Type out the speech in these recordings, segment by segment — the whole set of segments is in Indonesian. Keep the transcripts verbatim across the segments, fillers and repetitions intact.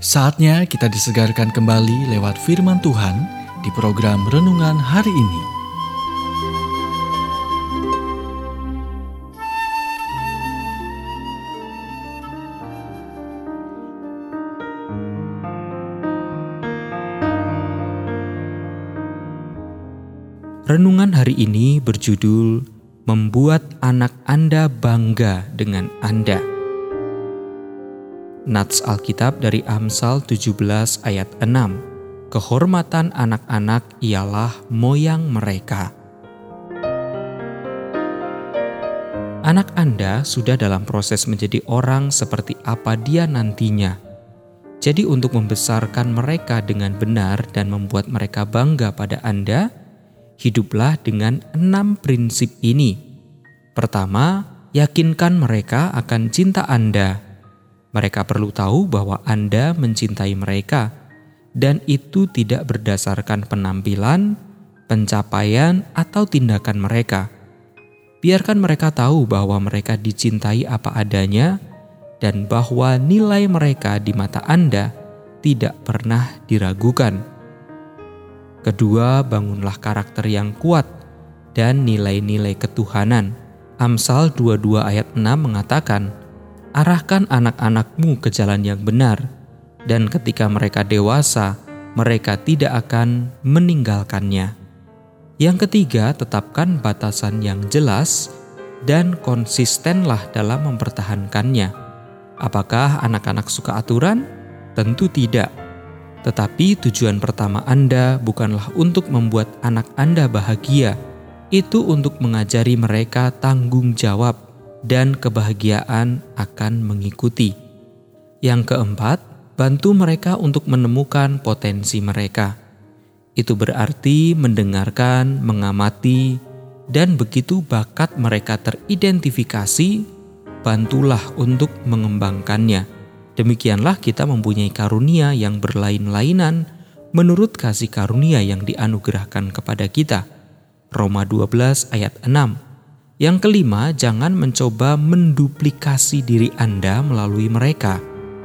Saatnya kita disegarkan kembali lewat firman Tuhan di program Renungan Hari Ini. Renungan hari ini berjudul Membuat Anak Anda Bangga dengan Anda. Nats Alkitab dari Amsal tujuh belas ayat enam. Kehormatan anak-anak ialah moyang mereka. Anak Anda sudah dalam proses menjadi orang seperti apa dia nantinya. Jadi untuk membesarkan mereka dengan benar dan membuat mereka bangga pada Anda, hiduplah dengan enam prinsip ini. Pertama, yakinkan mereka akan cinta Anda. Mereka perlu tahu bahwa Anda mencintai mereka, dan itu tidak berdasarkan penampilan, pencapaian, atau tindakan mereka. Biarkan mereka tahu bahwa mereka dicintai apa adanya, dan bahwa nilai mereka di mata Anda tidak pernah diragukan. Kedua, bangunlah karakter yang kuat dan nilai-nilai ketuhanan. Amsal dua puluh dua ayat enam mengatakan, arahkan anak-anakmu ke jalan yang benar, dan ketika mereka dewasa, mereka tidak akan meninggalkannya. Yang ketiga, tetapkan batasan yang jelas dan konsistenlah dalam mempertahankannya. Apakah anak-anak suka aturan? Tentu tidak. Tetapi tujuan pertama Anda bukanlah untuk membuat anak Anda bahagia, itu untuk mengajari mereka tanggung jawab dan kebahagiaan akan mengikuti. Yang keempat, bantu mereka untuk menemukan potensi mereka. Itu berarti mendengarkan, mengamati, dan begitu bakat mereka teridentifikasi, bantulah untuk mengembangkannya. Demikianlah kita mempunyai karunia yang berlain-lainan menurut kasih karunia yang dianugerahkan kepada kita. Roma dua belas ayat enam. Yang kelima, jangan mencoba menduplikasi diri Anda melalui mereka.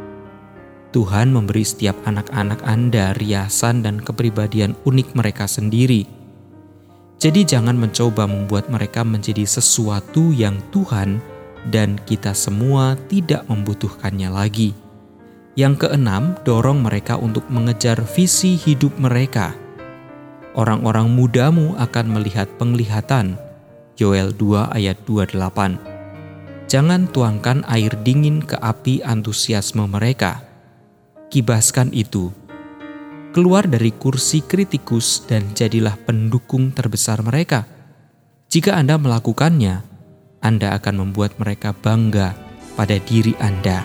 Tuhan memberi setiap anak-anak Anda riasan dan kepribadian unik mereka sendiri. Jadi jangan mencoba membuat mereka menjadi sesuatu yang Tuhan dan kita semua tidak membutuhkannya lagi. Yang keenam, dorong mereka untuk mengejar visi hidup mereka. Orang-orang mudamu akan melihat penglihatan. Yoel dua ayat dua puluh delapan. Jangan tuangkan air dingin ke api antusiasme mereka. Kibaskan itu. Keluar dari kursi kritikus dan jadilah pendukung terbesar mereka. Jika Anda melakukannya, Anda akan membuat mereka bangga pada diri Anda.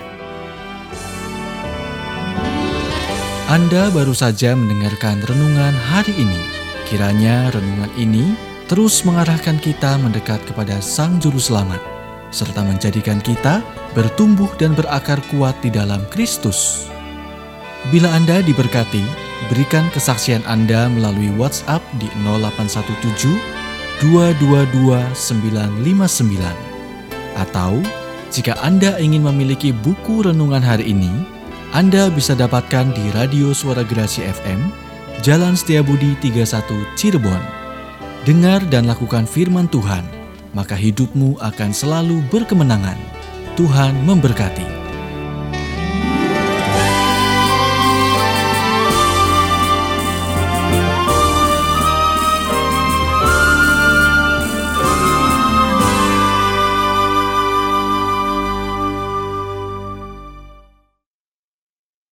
Anda baru saja mendengarkan renungan hari ini. Kiranya renungan ini terus mengarahkan kita mendekat kepada Sang Juru Selamat, serta menjadikan kita bertumbuh dan berakar kuat di dalam Kristus. Bila Anda diberkati, berikan kesaksian Anda melalui WhatsApp di nol delapan satu tujuh dua dua dua sembilan lima sembilan. Atau, jika Anda ingin memiliki buku renungan hari ini, Anda bisa dapatkan di Radio Suara Gerasi F M, Jalan Setiabudi tiga puluh satu Cirebon. Dengar dan lakukan firman Tuhan, maka hidupmu akan selalu berkemenangan. Tuhan memberkati.